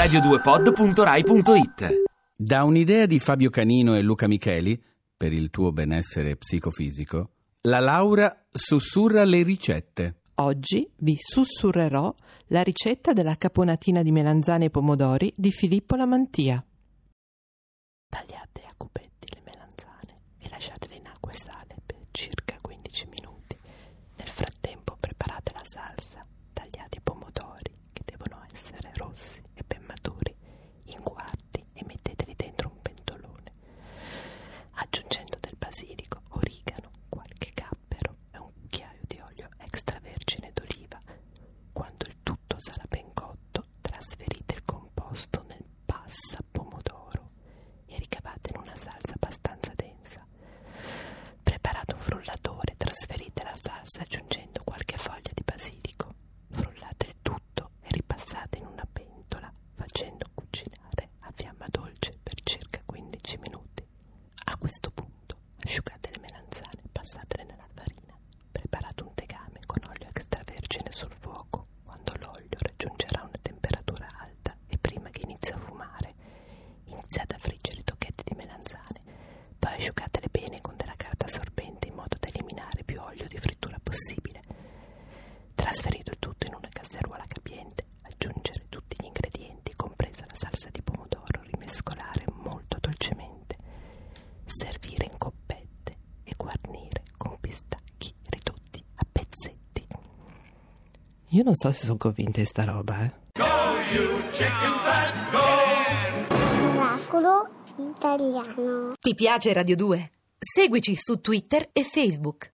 radio2pod.rai.it. Da un'idea di Fabio Canino e Luca Micheli, per il tuo benessere psicofisico, la Laura sussurra le ricette. Oggi vi sussurrerò la ricetta della caponatina di melanzane e pomodori di Filippo Lamantia. Tagliate a cubetti le melanzane e lasciatele in acqua e sale per circa 15 minuti. Nel frattempo preparate la salsa. Tagliate i pomodori, che devono essere rossi e ben maturi, in quarti e metteteli dentro un pentolone, aggiungendo del basilico, origano, qualche cappero e un cucchiaio di olio extravergine d'oliva. Quando il tutto sarà ben cotto, trasferite il composto nel passapomodoro e ricavate in una salsa abbastanza densa. Preparate un frullatore, trasferite la salsa aggiungendo qualche foglia di basilico. Frullate il tutto e ripassate in una pentola, facendo cucinare a fiamma dolce per circa 15 minuti. A questo punto asciugate le melanzane e passatele nella farina. Preparate un tegame con olio extravergine sul fuoco. Quando l'olio raggiungerà una temperatura alta e prima che inizi a fumare, iniziate a friggere i tocchetti di melanzane. Poi asciugatele bene con della carta assorbente in modo da eliminare più olio di frittura possibile. Trasferite il tutto in una casseruola capiente, aggiungere tutti gli ingredienti, compresa la salsa di pomodoro, rimescolare molto dolcemente, servire in coppette e guarnire con pistacchi ridotti a pezzetti. Io non so se sono convinta di sta roba, Oracolo italiano. Ti piace Radio 2? Seguici su Twitter e Facebook.